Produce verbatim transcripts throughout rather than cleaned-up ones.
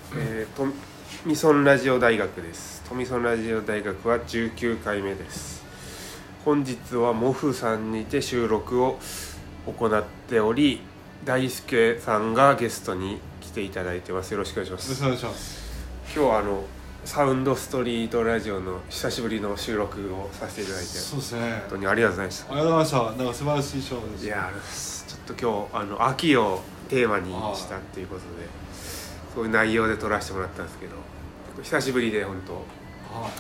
えー、トミソンラジオ大学です。トミソンラジオ大学はじゅうきゅうかいめです。本日はモフさんにて収録を行っており、大輔さんがゲストに来ていただいてます。よろしくお願いします。 よろしくお願いします。 今日はあのサウンドストリートラジオの久しぶりの収録をさせていただいて、 そうですね、 本当にありがとうございました。 ありがとうございました。なんか素晴らしいショーです。 いやちょっと今日あの秋をテーマにしたっていうことで、そういう内容で撮らせてもらったんですけど、久しぶりで本当、はい、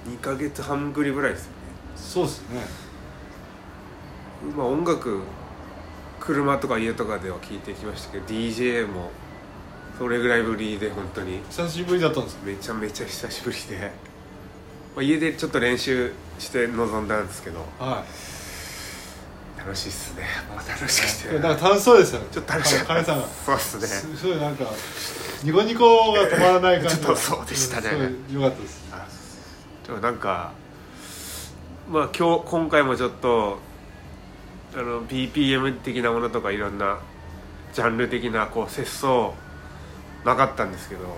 にかげつはんぶりぐらいですよね。 そうですね。 まあ音楽車とか家とかでは聞いてきましたけど、 ディージェー もそれぐらいぶりで、本当に久しぶりだったんですか。 めちゃめちゃ久しぶりで、まあ、家でちょっと練習して臨んだんですけど、 はい、 楽しいっすね。まあ、楽しくてなんか楽しそうですよね。 ちょっと楽しかった。 彼さんがそうっすね。 すごいなんかニコニコが止まらない感じちょっとそうでしたね。 すごい良かったです。 あでもなんかまあ今日今回もちょっとあの ビーピーエム 的なものとかいろんなジャンル的なこう節操なかったんですけど、うん、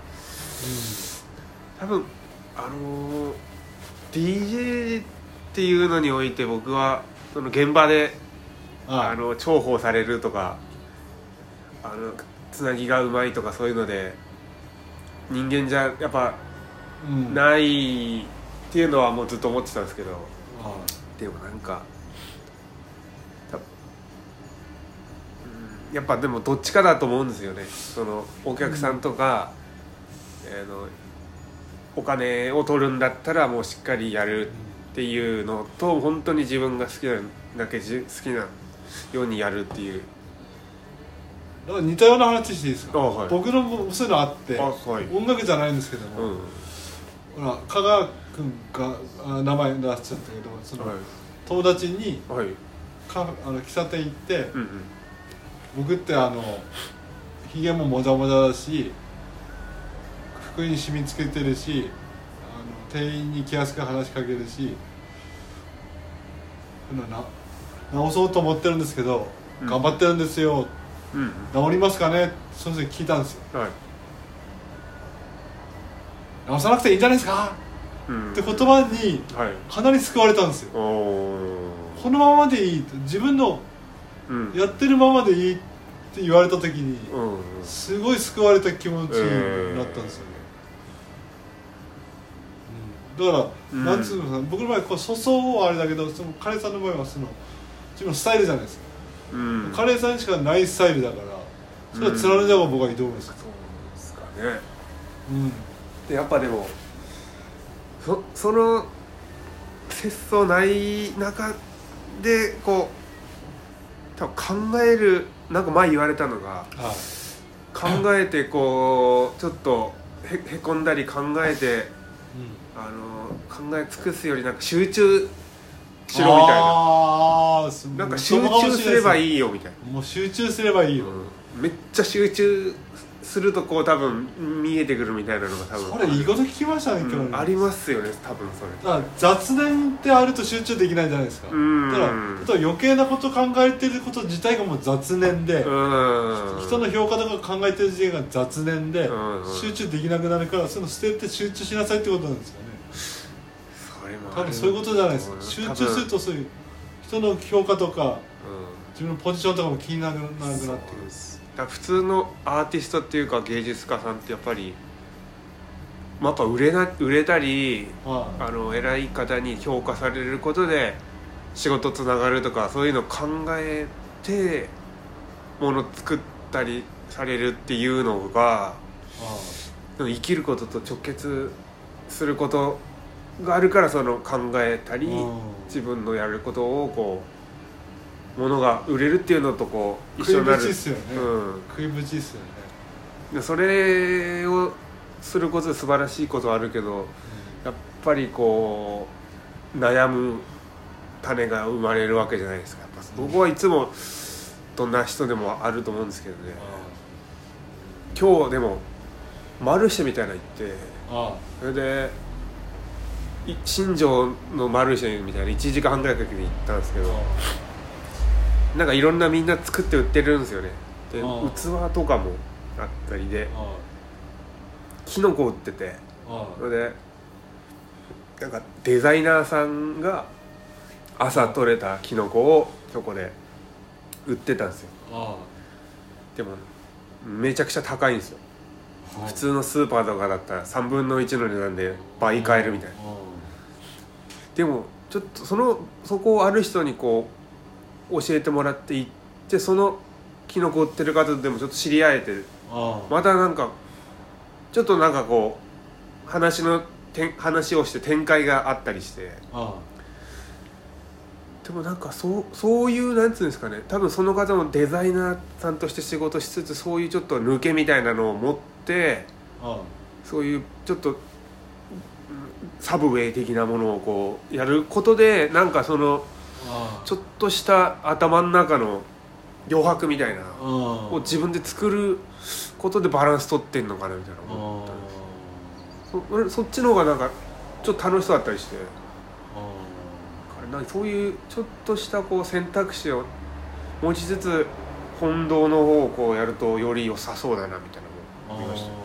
多分あの ディージェー っていうのにおいて僕はその現場でああの重宝されるとか、あのつなぎがうまいとかそういうので人間じゃやっぱないっていうのはもうずっと思ってたんですけど、うん、でもなんかやっぱでもどっちかだと思うんですよね。そのお客さんとか、うん、あのお金を取るんだったらもうしっかりやるっていうのと、本当に自分が好きなだけ好きなようにやるっていう。 だから似たような話していいですか。 はい、僕のもそういうのあって、はい、音楽じゃないんですけども、うん、ほら香川君があ名前出しちゃったけど、その、はい、友達に、はい、かあの喫茶店行って、うんうん、僕ってあのひげももじゃもじゃだし、服に染みつけてるし、あの店員に気安く話しかけるし、な直そうと思ってるんですけど、うん、頑張ってるんですよ、うん、治りますかねってその時聞いたんですよ、はい、直さなくていいんじゃないですか、うん、って言葉にかなり救われたんですよ、はい、このままでいいと、自分のやってるままでいいって言われた時に、うん、すごい救われた気持ちになったんですよね、えーうん、だから、うん、なんつうのかな、僕の場合こう粗相はあれだけど、そのカレーさんの場合はその自分のスタイルじゃないですか、うん、カレーさんしかないスタイルだから、それは貫いた方が僕はいいと思うんですよ、 うん、そうですかね、うん、でやっぱでも そ, その節操ない中でこう多分考える、なんか前言われたのが、はい、考えてこうちょっと へ, へこんだり考えて、うん、あの考え尽くすよりなんか集中しろみたいな、あなんか集中すればいいよみたいな、 もう集中すればいいよ、 うん、めっちゃ集中するとこう多分見えてくるみたいなのが多分それいいこと聞きましたね、うん、今日、 ありますよね多分それ。 だから雑念ってあると集中できないじゃないですか。うんだから余計なこと考えてること自体がもう雑念で、うん人の評価とか考えてる時点が雑念で、うん集中できなくなるから、その捨てて集中しなさいってことなんですよね。それも多分そういうことじゃないですか。集中するとそういう人の評価とか、うん、自分のポジションとかも気になくなくなってくる。 だ普通のアーティストっていうか芸術家さんってやっぱり、まあ、やっぱ売れな売れたり、はい、あの偉い方に評価されることで仕事つながるとか、そういうのを考えてもの作ったりされるっていうのが、はい、生きることと直結することがあるから、その考えたり、うん、自分のやることをこうものが売れるっていうのとこう一緒になる。 食いぶちっすよね、うん、食いぶちっすよね。 でそれをすることで素晴らしいことはあるけど、うん、やっぱりこう悩む種が生まれるわけじゃないですか。やっぱ僕はいつもどんな人でもあると思うんですけどね、うん、今日でもマルシェみたいなの行って、ああそれで新庄のマルシェみたいないちじかんはんぐらいかけて行ったんですけど、なんかいろんなみんな作って売ってるんですよね。で器とかもあったりで、 キノコ売ってて、それでなんかデザイナーさんが朝採れたキノコをそこで売ってたんですよ。でもめちゃくちゃ高いんですよ。普通のスーパーとかだったらさんぶんのいちの値段で倍買えるみたいな。でもちょっとそのそこをある人にこう教えてもらって行って、そのキノコ売ってる方とでもちょっと知り合えて、またなんかちょっとなんかこう話の話をして展開があったりして、でもなんかそうそういうなんつうんですかね、多分その方もデザイナーさんとして仕事しつつ、そういうちょっと抜けみたいなのを持って、そういうちょっとサブウェイ的なものをこうやることで、なんかそのちょっとした頭の中の余白みたいなを自分で作ることでバランス取ってんのかなみたいな思ったんです。 そ, そっちの方がなんかちょっと楽しそうだったりして、なんかそういうちょっとしたこう選択肢を持ちつつ本堂の方をこうやるとより良さそうだなみたいなのを思いました。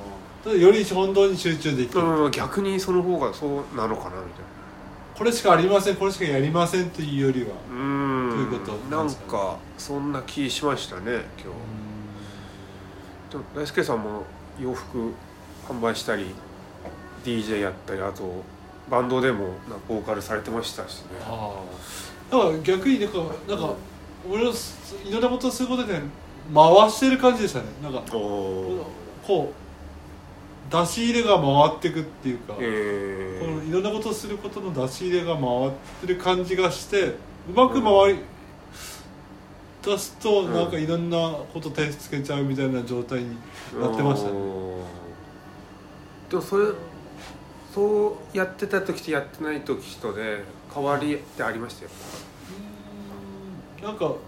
より本堂に集中できる、 うん、逆にその方がそうなのかなみたいな。 これしかありません、これしかやりませんというよりは、 うーん、 ということなんですかね。なんかそんな気しましたね今日。でも大輔さんも洋服販売したり ディージェー やったり、あとバンドでもなんかボーカルされてましたしね。 ああ、だから逆になんかなんか俺のいろんなことをすることで回してる感じでしたね。なんかこう出し入れが回っていくっていうか、えー、このいろんなことをすることの出し入れが回ってる感じがして、うまく回り出すとなんかいろんなこと手つけちゃうみたいな状態になってましたね。 でもそれそうやってた時とやってない時とで変わりってありましたよ。 うーん、なんか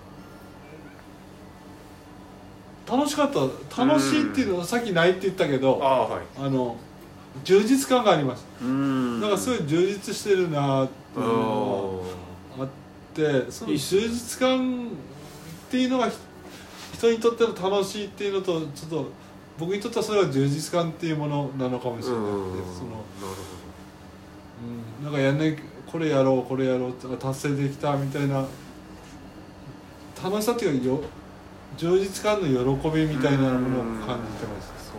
楽しかった。楽しいっていうのはさっきないって言ったけど、あ、はい、あの充実感がありました。うん、なんかすごい充実してるなっていうのがあって、その充実感っていうのが人にとっての楽しいっていうのと、ちょっと僕にとってはそれは充実感っていうものなのかもしれない。その、なるほど、うん、なんかやんないこれやろうこれやろうって達成できたみたいな楽しさっていうかよ充実感の喜びみたいなものを感じてました。そうなんですね。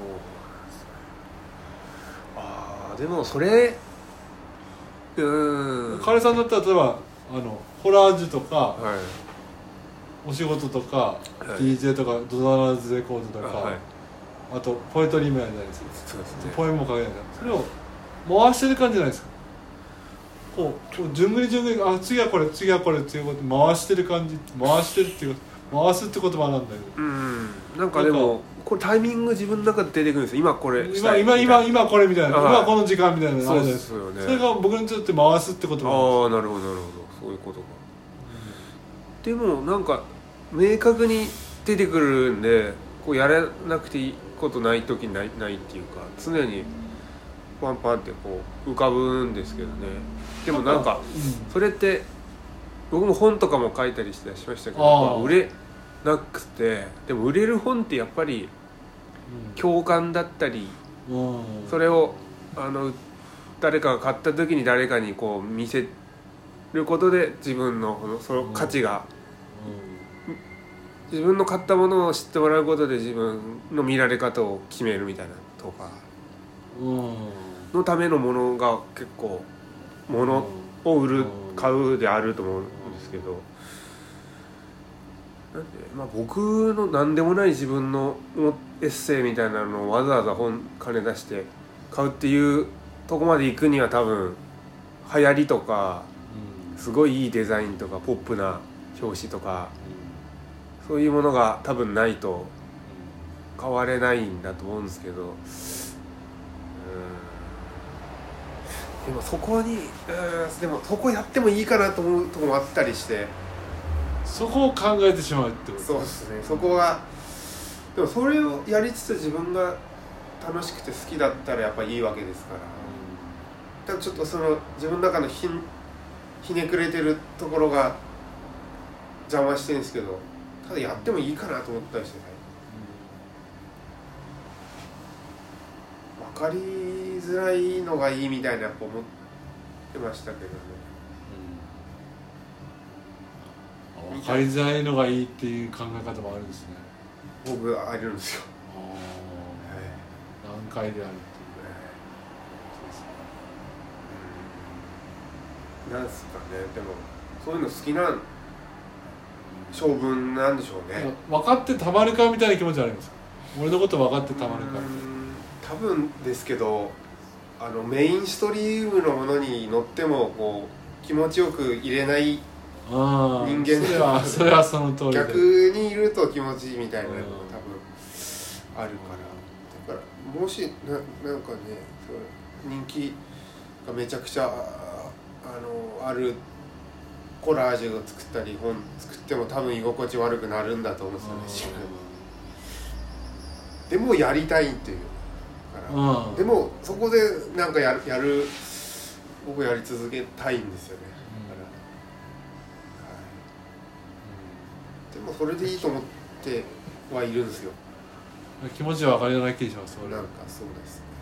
ああ、でもそれうん彼さんだったら例えばあのホラージュとか、はい、お仕事とか、はい、ディージェー とかドナラーズレコードとか、はい、あとポエトリーもやるじゃないですか。そうですね、ポエムも書けないですか。それを回してる感じじゃないですか。こう、こう順繰り順繰り、あ、次はこれ次はこれっていうこと回してる感じ、回してるっていう回すって言葉なんだけど、うん、 なんかでもこれタイミング自分の中で出てくるんですよ。今これ今今今今これみたいな、今この時間みたいなのあるじゃないですか。そうですよね。それが僕にとって回すってことなんです。 ああ、なるほどなるほど、そういうことか。うん、でもなんか明確に出てくるんで、こうやらなくていいことない時ないないっていうか、常にパンパンってこう浮かぶんですけどね。でもなんかそれって僕も本とかも書いたりしてしましたけど、まあ、売れなくて、でも売れる本ってやっぱり共感だったり、うん、それをあの誰かが買った時に誰かにこう見せることで自分のその価値が、うんうん、自分の買ったものを知ってもらうことで自分の見られ方を決めるみたいなとかのためのものが結構ものを売る買うであると思うんですけど、なんで、まあ、僕の何でもない自分のエッセイみたいなのをわざわざ本金出して買うっていうとこまで行くには多分流行りとかすごいいいデザインとかポップな表紙とかそういうものが多分ないと買われないんだと思うんですけど、でもそこに、でもそこやってもいいかなと思うところもあったりして、 そこを考えてしまうってこと。 そうですね。そこがでもそれをやりつつ自分が楽しくて好きだったらやっぱいいわけですから、ただちょっとその自分の中の ひ, ひねくれてるところが邪魔してるんですけど、ただやってもいいかなと思ったりして、ね、分かりづらいのがいいみたいなやっぱ思ってましたけどね、 うん、分かりづらいのがいいっていう考え方もあるんですね。 僕あるんですよ。 あ、はい、難解であるっていう、 うん、なんすかね。でもそういうの好きな性分なんでしょうね。 分かってたまるかみたいな気持ちあります。俺のこと分かってたまるかみたいな。 多分ですけど、あのメインストリームのものに乗ってもこう気持ちよく入れない人間で、 それはそれはその通りで、 逆にいると気持ちいいみたいなのが多分あるから、だからもしななんかね、人気がめちゃくちゃ あ, あのあるコラージュを作ったり本作っても多分居心地悪くなるんだと思うんですよね。でもやりたいっていうから、でもそこでなんかやる、やる僕やり続けたいんですよね。だから、はい、でもそれでいいと思ってはいるんですよ。 気持ちは分かりない気がします。 なんかそうですね。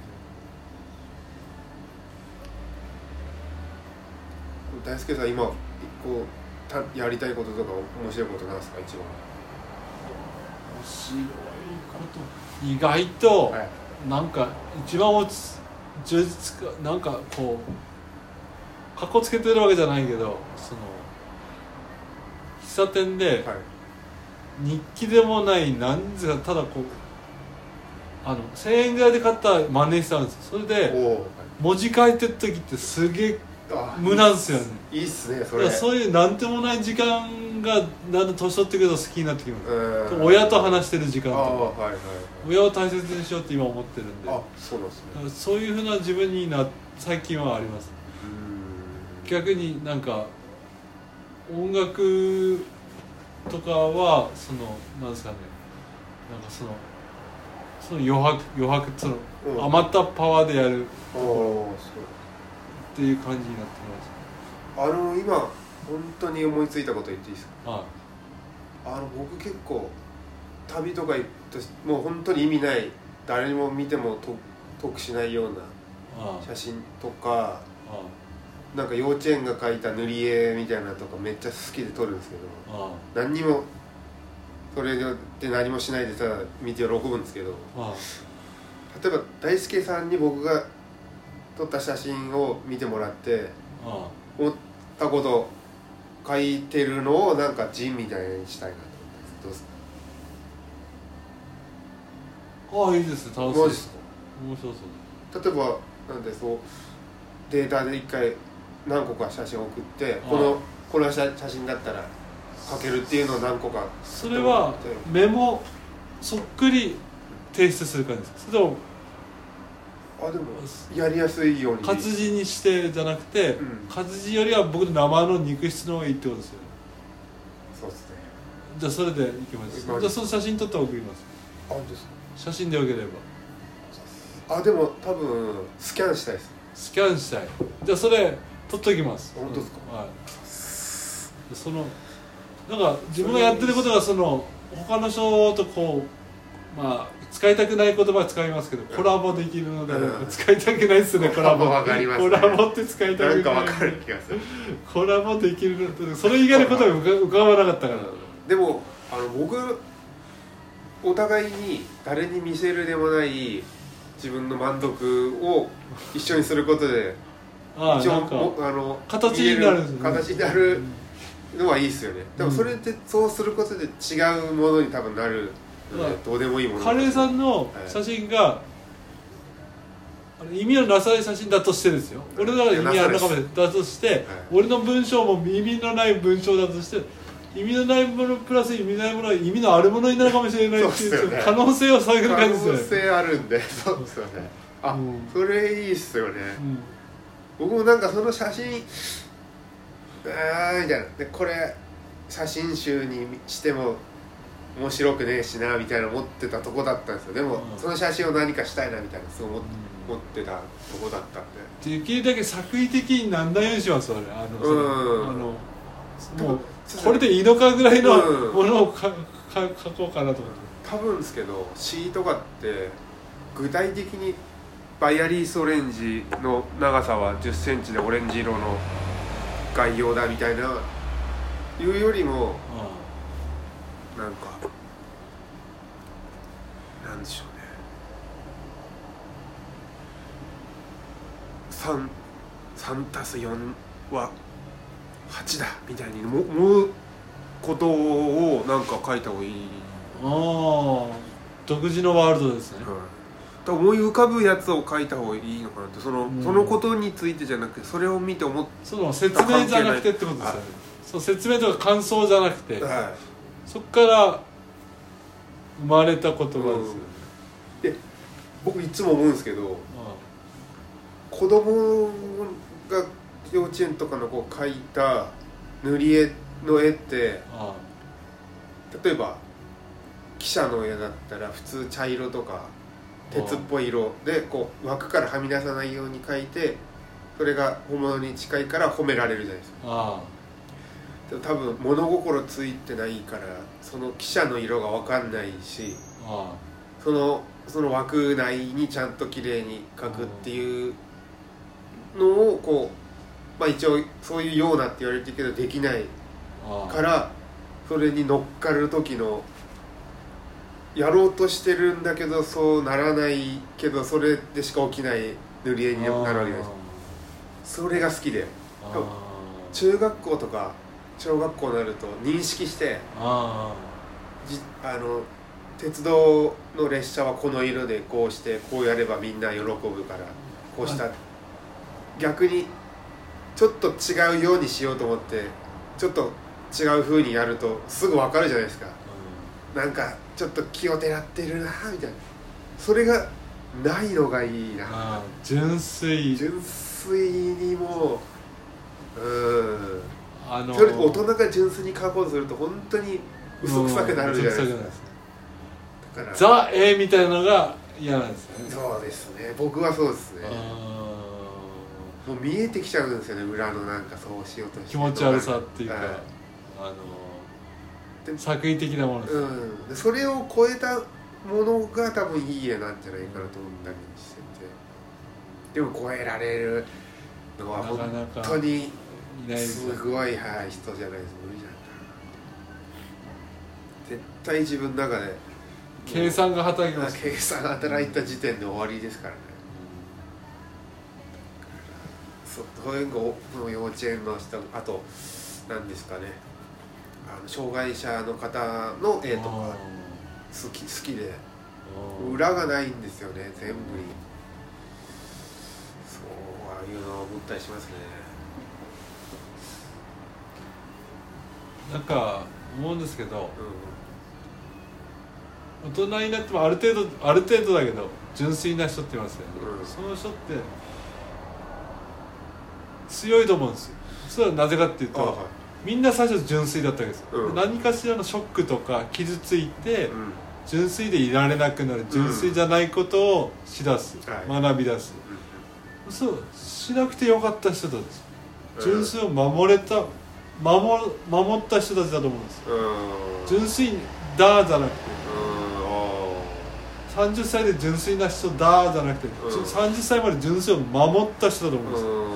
大輔さん今こうたやりたいこととか面白いことなんですか？一番面白いこと意外と、はい、なんか一番落ち充実かなんかこうかっこつけてるわけじゃないけど、その喫茶店で、はい、日記でもないなんですか、ただこうあのせんえんぐらいで買った万年筆あるんですよ。それで文字書いてる時ってすげえ無なんですよね。 いいっすねそれ。 そういうなんてもない時間がだんだん年取ってくると好きになってきます。親と話してる時間とか、はいはいはい、親を大切にしようって今思ってるんで。 あ、そうなんですね。 そういうふうな自分にな最近はあります。うん、逆になんか音楽とかはそのなんですかね、なんかそのその余白余白その、うん、余ったパワーでやるところっていう感じになってきます。あの今本当に思いついたこと言っていいですか？ はい、 あの僕結構旅とか行ったもう本当に意味ない誰にも見てもと得しないような写真とか、ああなんか幼稚園が描いた塗り絵みたいなのとかめっちゃ好きで撮るんですけど、ああ何にもそれで何もしないでただ見て喜ぶんですけど、ああ例えば大輔さんに僕が撮った写真を見てもらって、ああ思ったこと書いてるのをなんかジンみたいにしたいなと思って。どうですか？ ああいいですね、楽しいです。面白そう。例えばなんでそうデータで一回何個か写真を送って、このこの写真だったら書けるっていうのを何個か。 それはメモそっくり提出する感じですか？それともあでもやりやすいように活字にしてじゃなくて、うん、活字よりは僕の生の肉質の方がいいってことですよね。 そうですね。 じゃあそれでいきます。じゃあその写真撮って送ります。 あ、本当ですか？ 写真でよければ。あでも多分スキャンしたいです。 スキャンしたい。じゃあそれ撮っときます。 本当ですか？ はい。そのなんか自分がやってることがその他の人とこうまあ使いたくない言葉は使いますけど、コラボできるので、うん、使いたくないですね。コラボわかりますね。 コラボって使いたくない。 なんかわかる気がする。 コラボできるので、それ以外のことは浮かばなかったから。 でもあの僕お互いに誰に見せるでもない自分の満足を一緒にすることで、 あ一応あの形になるんですね。 形になるのはいいですよね。でもそれでそうすることで違うものに多分なる。どうでもいいもの。 カレーさんの写真が、はい、意味のなさない写真だとしてですよ。俺なら意味あるのかもしれないだとして、はい、俺の文章も意味のない文章だとして、意味のないものプラス意味ないものは意味のあるものになるかもしれないっていう、ね、可能性を探る感じですよね。 可能性あるんで、そうですよね。あ、うん、それいいっすよね。うん、僕もなんかその写真、あーみたいなでこれ写真集にしても面白くねえしなみたいな思ってたとこだったんですよ。でも、うん、その写真を何かしたいなみたいなそう思ってたとこだったんで、 できるだけ作為的になんだようにします。それあの、うん、あのもうこれでいいのかぐらいのものをかか書こうかなと思って。 多分ですけど詩とかって具体的にバイアリースオレンジの長さはじゅっセンチでオレンジ色の概要だみたいないうよりも、うん、なんかなんでしょうね、さん さんたすよんははちだみたいに思うことをなんか書いた方がいい。 ああ、独自のワールドですね、 うん、思い浮かぶやつを書いた方がいいのかなと、その、うん、そのことについてじゃなくてそれを見て思った。 その説明じゃなくてってことですよね。その説明とか感想じゃなくて、はい、そっから生まれた言葉ですよね、 うん、で僕いつも思うんですけど、ああ子供が幼稚園とかのこう描いた塗り絵の絵って、ああ例えば汽車の絵だったら普通茶色とか鉄っぽい色でこう枠からはみ出さないように描いて、それが本物に近いから褒められるじゃないですか。ああでも多分物心ついてないからその汽車の色が分かんないし、ああそのその枠内にちゃんと綺麗に描くっていうのをこう、まあ、一応そういうようなって言われてるけどできないから、それに乗っかる時のやろうとしてるんだけどそうならないけどそれでしか起きない塗り絵になるわけです。それが好きで、中学校とか小学校になると認識して、あじあの鉄道の列車はこの色でこうしてこうやればみんな喜ぶからこうした、逆にちょっと違うようにしようと思ってちょっと違う風にやるとすぐ分かるじゃないですか、うん、なんかちょっと気をてらってるなみたいな、それがないのがいいな。あ純粋純粋にもううんあのー、それ大人が純粋に描こうとすると本当に嘘くさくなるじゃないですか。 だからザ・絵みたいなのが嫌なんですよね。 そうですね、僕はそうですね。もう見えてきちゃうんですよね、裏のなんかそうしようとして気持ち悪さっていうか、はい、あのー、作為的なものです、 うん、でそれを超えたものが多分いい絵なんじゃないかなと思ったりしてて、でも超えられるのは本当にすごい、はい、人じゃないです。無理じゃないかな。絶対自分の中で計算が働きます。 計算が働いた時点で終わりですからね。そういうの幼稚園の人、あと何ですかね、あの障害者の方の絵とか好き好きで、裏がないんですよね全部に。そうああいうのを思ったりしますね。 なんか思うんですけど、うん、大人になってもある程度ある程度だけど純粋な人って言いますよね、うん、その人って強いと思うんですよ。それはなぜかっていうと、はい、みんな最初純粋だったわけですよ、うん、何かしらのショックとか傷ついて、うん、純粋でいられなくなる、純粋じゃないことをしだす、うん、学び出す、はい、そうしなくてよかった人たち、純粋を守れた守守った人たちだと思うんですよ、うん、純粋だじゃなくて、うん、さんじゅっさいで純粋な人だじゃなくて、うん、さんじゅっさいまで純粋を守った人だと思うんですよ、うん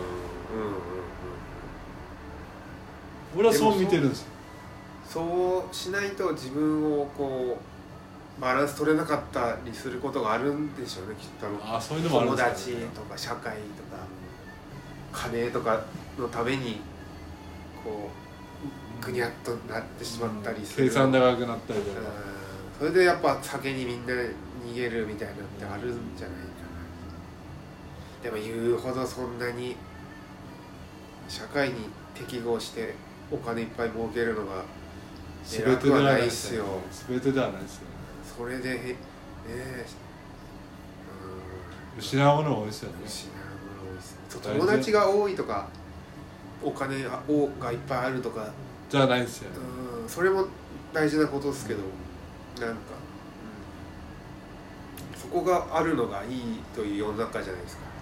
俺はそう見てるんですよ。 そうしないと自分をこうバランス取れなかったりすることがあるんでしょうね、きっと。 あ、そういうのもあるんですかね。 友達とか社会とか金とかのためにこうぐにゃっとなってしまったりする、 うん、計算高くなったりとか、 それでやっぱ酒にみんな逃げるみたいなのってあるんじゃないかな。でも言うほどそんなに社会に適合してお金いっぱい儲けるのが全てではないですよ。全てではないですよね。 それでねえ、 うん、失うもの多いですよね。 失うもの多いですね。友達が多いとかお金がいっぱいあるとかじゃないですよね。 うん、それも大事なことですけど、うん、なんか、うん、そこがあるのがいいという世の中じゃないですか。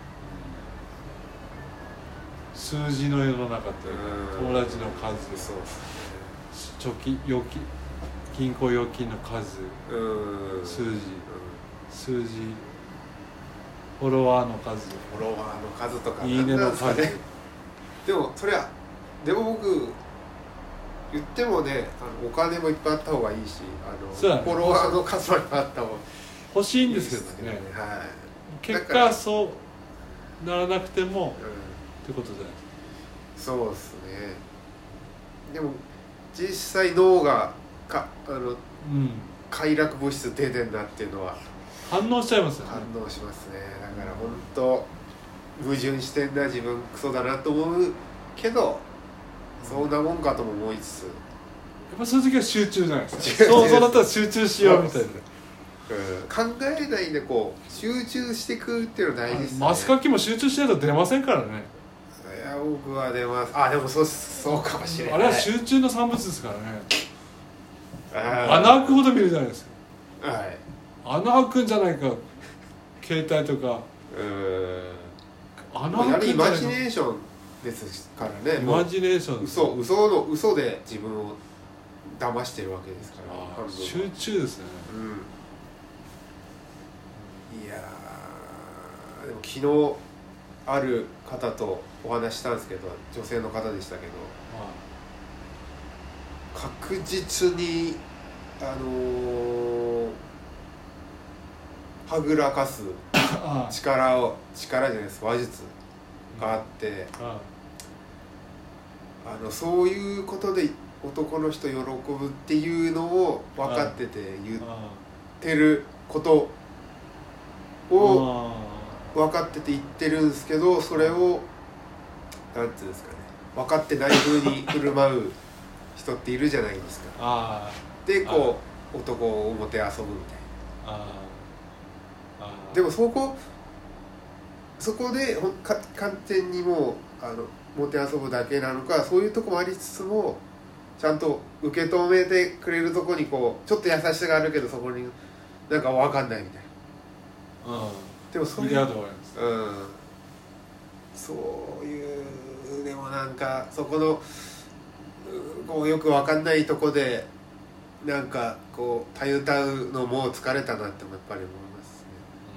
数字の世の中って友達の数、そう貯金預金銀行預金の数、数字、数字フォロワーの数フォロワーの数とかいいねの数、ね、 でもそれはでも僕言ってもねあのお金もいっぱいあった方がいいしあの、ね、フォロワーの数もいっぱいあった方が欲しいんですけどね、はい、結果そうならなくても、うん、ってことじゃないですか。そうですね。でも実際脳がかあの、うん、快楽物質出てんなっていうのは反応しちゃいますよね。 反応しますね。だから本当矛盾してんな自分クソだなと思うけど、そんなもんかとも思いつつ、やっぱそういう時は集中じゃないですか。そうそうだったら集中しようみたいな。 うん、考えないでこう集中してくるっていうのは大事ですね。 マスカキも集中しないと出ませんからね。 いや僕は出ます。あでもそうそうかもしれない。 あれは集中の産物ですからね。穴開くほど見るじゃないですか。はい。穴開くんじゃないか携帯とか。 うん穴開くんじゃないか。イマジネーションですからね。 イマジネーション。 嘘嘘の嘘で自分を騙してるわけですから。 集中ですね。うん。 いやでも昨日ある方とお話したんですけど、女性の方でしたけど、はい、確実にあのー、はぐらかす力を力じゃないです話術があって、うん、あのそういうことで男の人喜ぶっていうのを分かってて言ってることを分かってて言ってるんですけど、それをなんていうんですかね、分かってない風に振る舞う人っているじゃないですか。あでこう男をもてあそぶみたいな。ああでもそこそこでほか完全にもうあのもてあそぶだけなのか、そういうとこもありつつもちゃんと受け止めてくれるとこにこうちょっと優しさがあるけどそこになんか分かんないみたいな。でもそういう、うん、そういうでもなんかそこのこうよく分かんないとこでなんかこうたゆたうのも疲れたなってもやっぱり思いますね。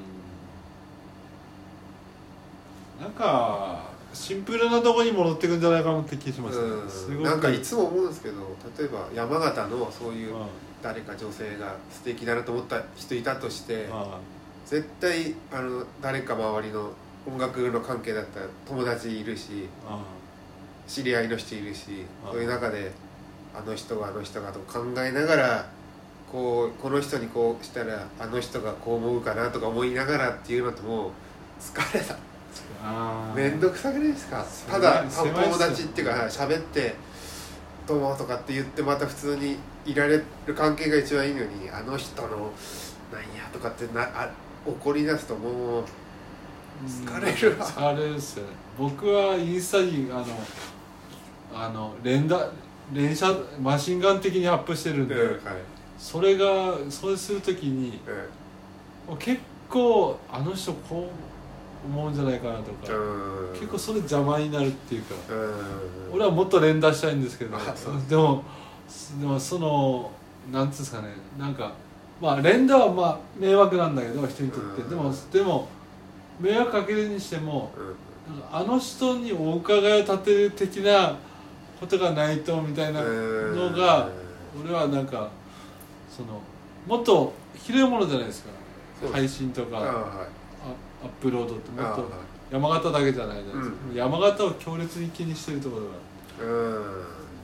うん、なんかシンプルなとこに戻ってくんじゃないかなって気しますね。うん、すごくなんかいつも思うんですけど、例えば山形のそういう誰か女性が素敵だなと思った人いたとして、絶対あの誰か周りの音楽の関係だったら友達いるし、知り合いの人いるし、そういう中であの人があの人がと考えながらこうこの人にこうしたらあの人がこう思うかなとか思いながらっていうのとも疲れた。めんどくさくないですか。ただ友達っていうか喋ってどうもとかって言ってまた普通にいられる関係が一番いいのに、あの人のなんやとかってなあ怒り出すともう疲れるわ。 疲れるっすよね。僕はインスタにあのあの連打連射マシンガン的にアップしてるんで、うんはい、それがそれするときに、うん、結構あの人こう思うんじゃないかなとか、うん、結構それ邪魔になるっていうか、うん、俺はもっと連打したいんですけど、でもでもそのなんつうんですかね、なんかまあ連打はまあ迷惑なんだけど人にとって、うん、でもでも迷惑かけるにしても、うん、なんかあの人にお伺いを立てる的なことがないとみたいなのが、うん、俺はなんかそのもっと広いものじゃないですか、配信とか、はい、アップロードってもっと山形だけじゃないじゃないですか、うん、山形を強烈に気にしてるところが、うん、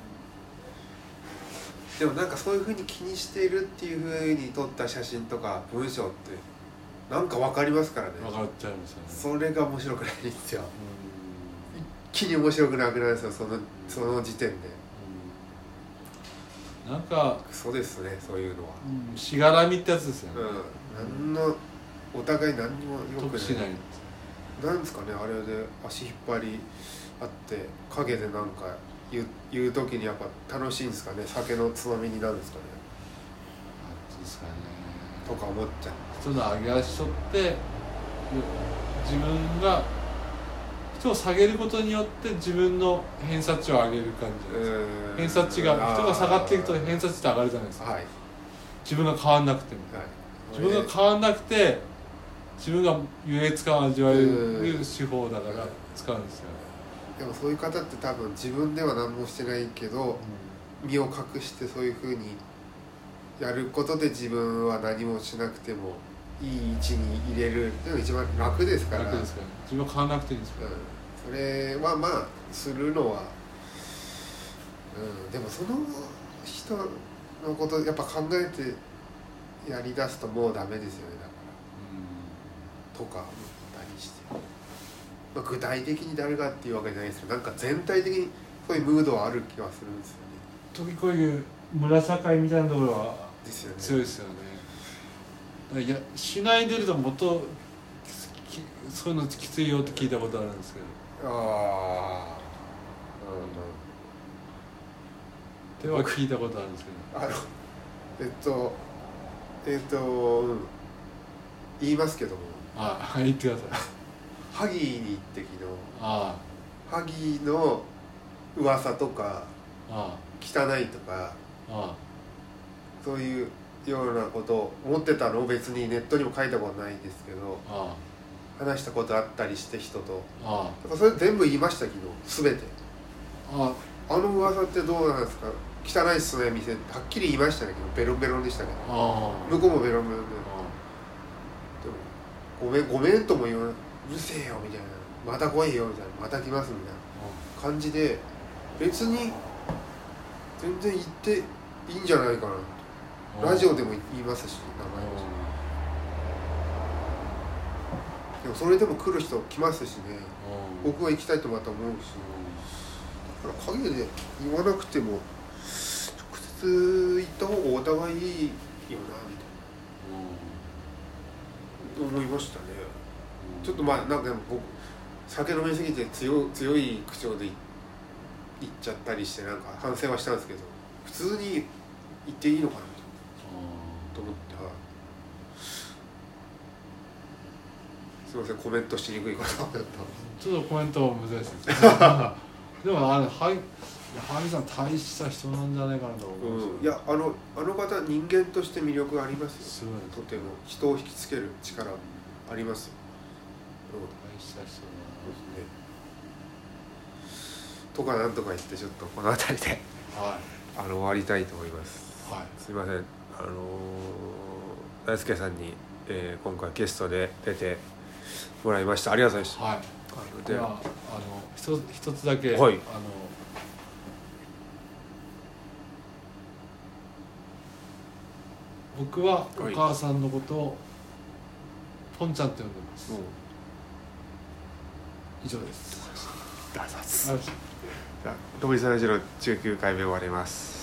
でもなんかそういうふうに気にしているっていうふうに撮った写真とか文章ってなんか分かりますからね。 分かっちゃいますよね。それが面白くないんですよ。一気に面白くなくなるんですよ、そのその時点で。 なんかそうですね、そういうのは。 うん、しがらみってやつですよね。 うん、何のお互い何にもよくない。 得しない。 なんですかね、あれで足引っ張りあって影でなんか言う言う時にやっぱ楽しいんですかね、酒のつまみになるんですかね。 なんですかね。 とか思っちゃう。 人の上げ足取って自分が人を下げることによって自分の偏差値を上げる感じです。偏差値が人が下がっていくと偏差値って上がるじゃないですか、はい、自分が変わんなくても、はい、自分が変わんなくて自分が優越感を味わえる手法だから使うんですよ。 でもそういう方って多分自分では何もしてないけど、うん、身を隠してそういうふうにやることで自分は何もしなくてもいい位置に入れるっていうのが一番楽ですから。 楽ですから、自分は買わなくていいんですから、うん、 それはまあするのは、うん、でもその人のことやっぱ考えてやりだすともうダメですよね、だから、うん、とか思ったりして、まあ、具体的に誰がっていうわけじゃないですけど、なんか全体的にそういうムードはある気がするんですよね。 時こういう村境みたいなところは強いですよね。いや市内に出るともっとそういうのきついよって聞いたことあるんですけど。ああ、うんうん。では聞いたことあるんですけど。 あのえっとえっと、うん、言いますけども。 ああ、言ってください。 萩に行って昨日。 ああ。萩の噂とか。 ああ。 汚いとか。ああ。そういうようなことを思ってたのを別にネットにも書いたことないですけど、ああ、話したことあったりして人と、ああ、それ全部言いましたけど全て、ああ、あの噂ってどうなんですか、汚いっすね店、はっきり言いましたけどベロンベロンでしたけど、ああ、向こうもベロンベロンで、ああ、でもごめんごめんとも言わない、うるせえよみたいな、また来いよみたいな、また来ますみたいな感じで、別に全然言っていいんじゃないかな。ラジオでも言いますし、名前も。でもそれでも来る人来ますしね。僕は行きたいとまた思うし。だから陰で言わなくても直接行った方がお互いいいよなみたいな思いましたね。ちょっとまあなんかでも僕酒飲みすぎて強強い口調で言っちゃったりしてなんか反省はしたんですけど、普通に言っていいのかなと思って、はい、すみませんコメントしにくいことだった。 ちょっとコメントは難しいですでもあれ萩さん大した人なんじゃないかなと思う、 うん、いやあのあの方人間として魅力ありますよ。すとても人を引きつける力ありますよ、うん、 大した人だな、ね、 とかなんとか言ってちょっとこの辺りで、はい、あの終わりたいと思います、はい、すみません。あのー、大輔さんに、えー、今回ゲストで出てもらいました。ありがとうございました。はい、 あのではあの一つ一つだけ、はい、あの僕はお母さんのことをポンちゃんと呼んでます。以上です。 どうぞ。じゃあ、ともりさんラジオじゅうきゅうかいめ終わります。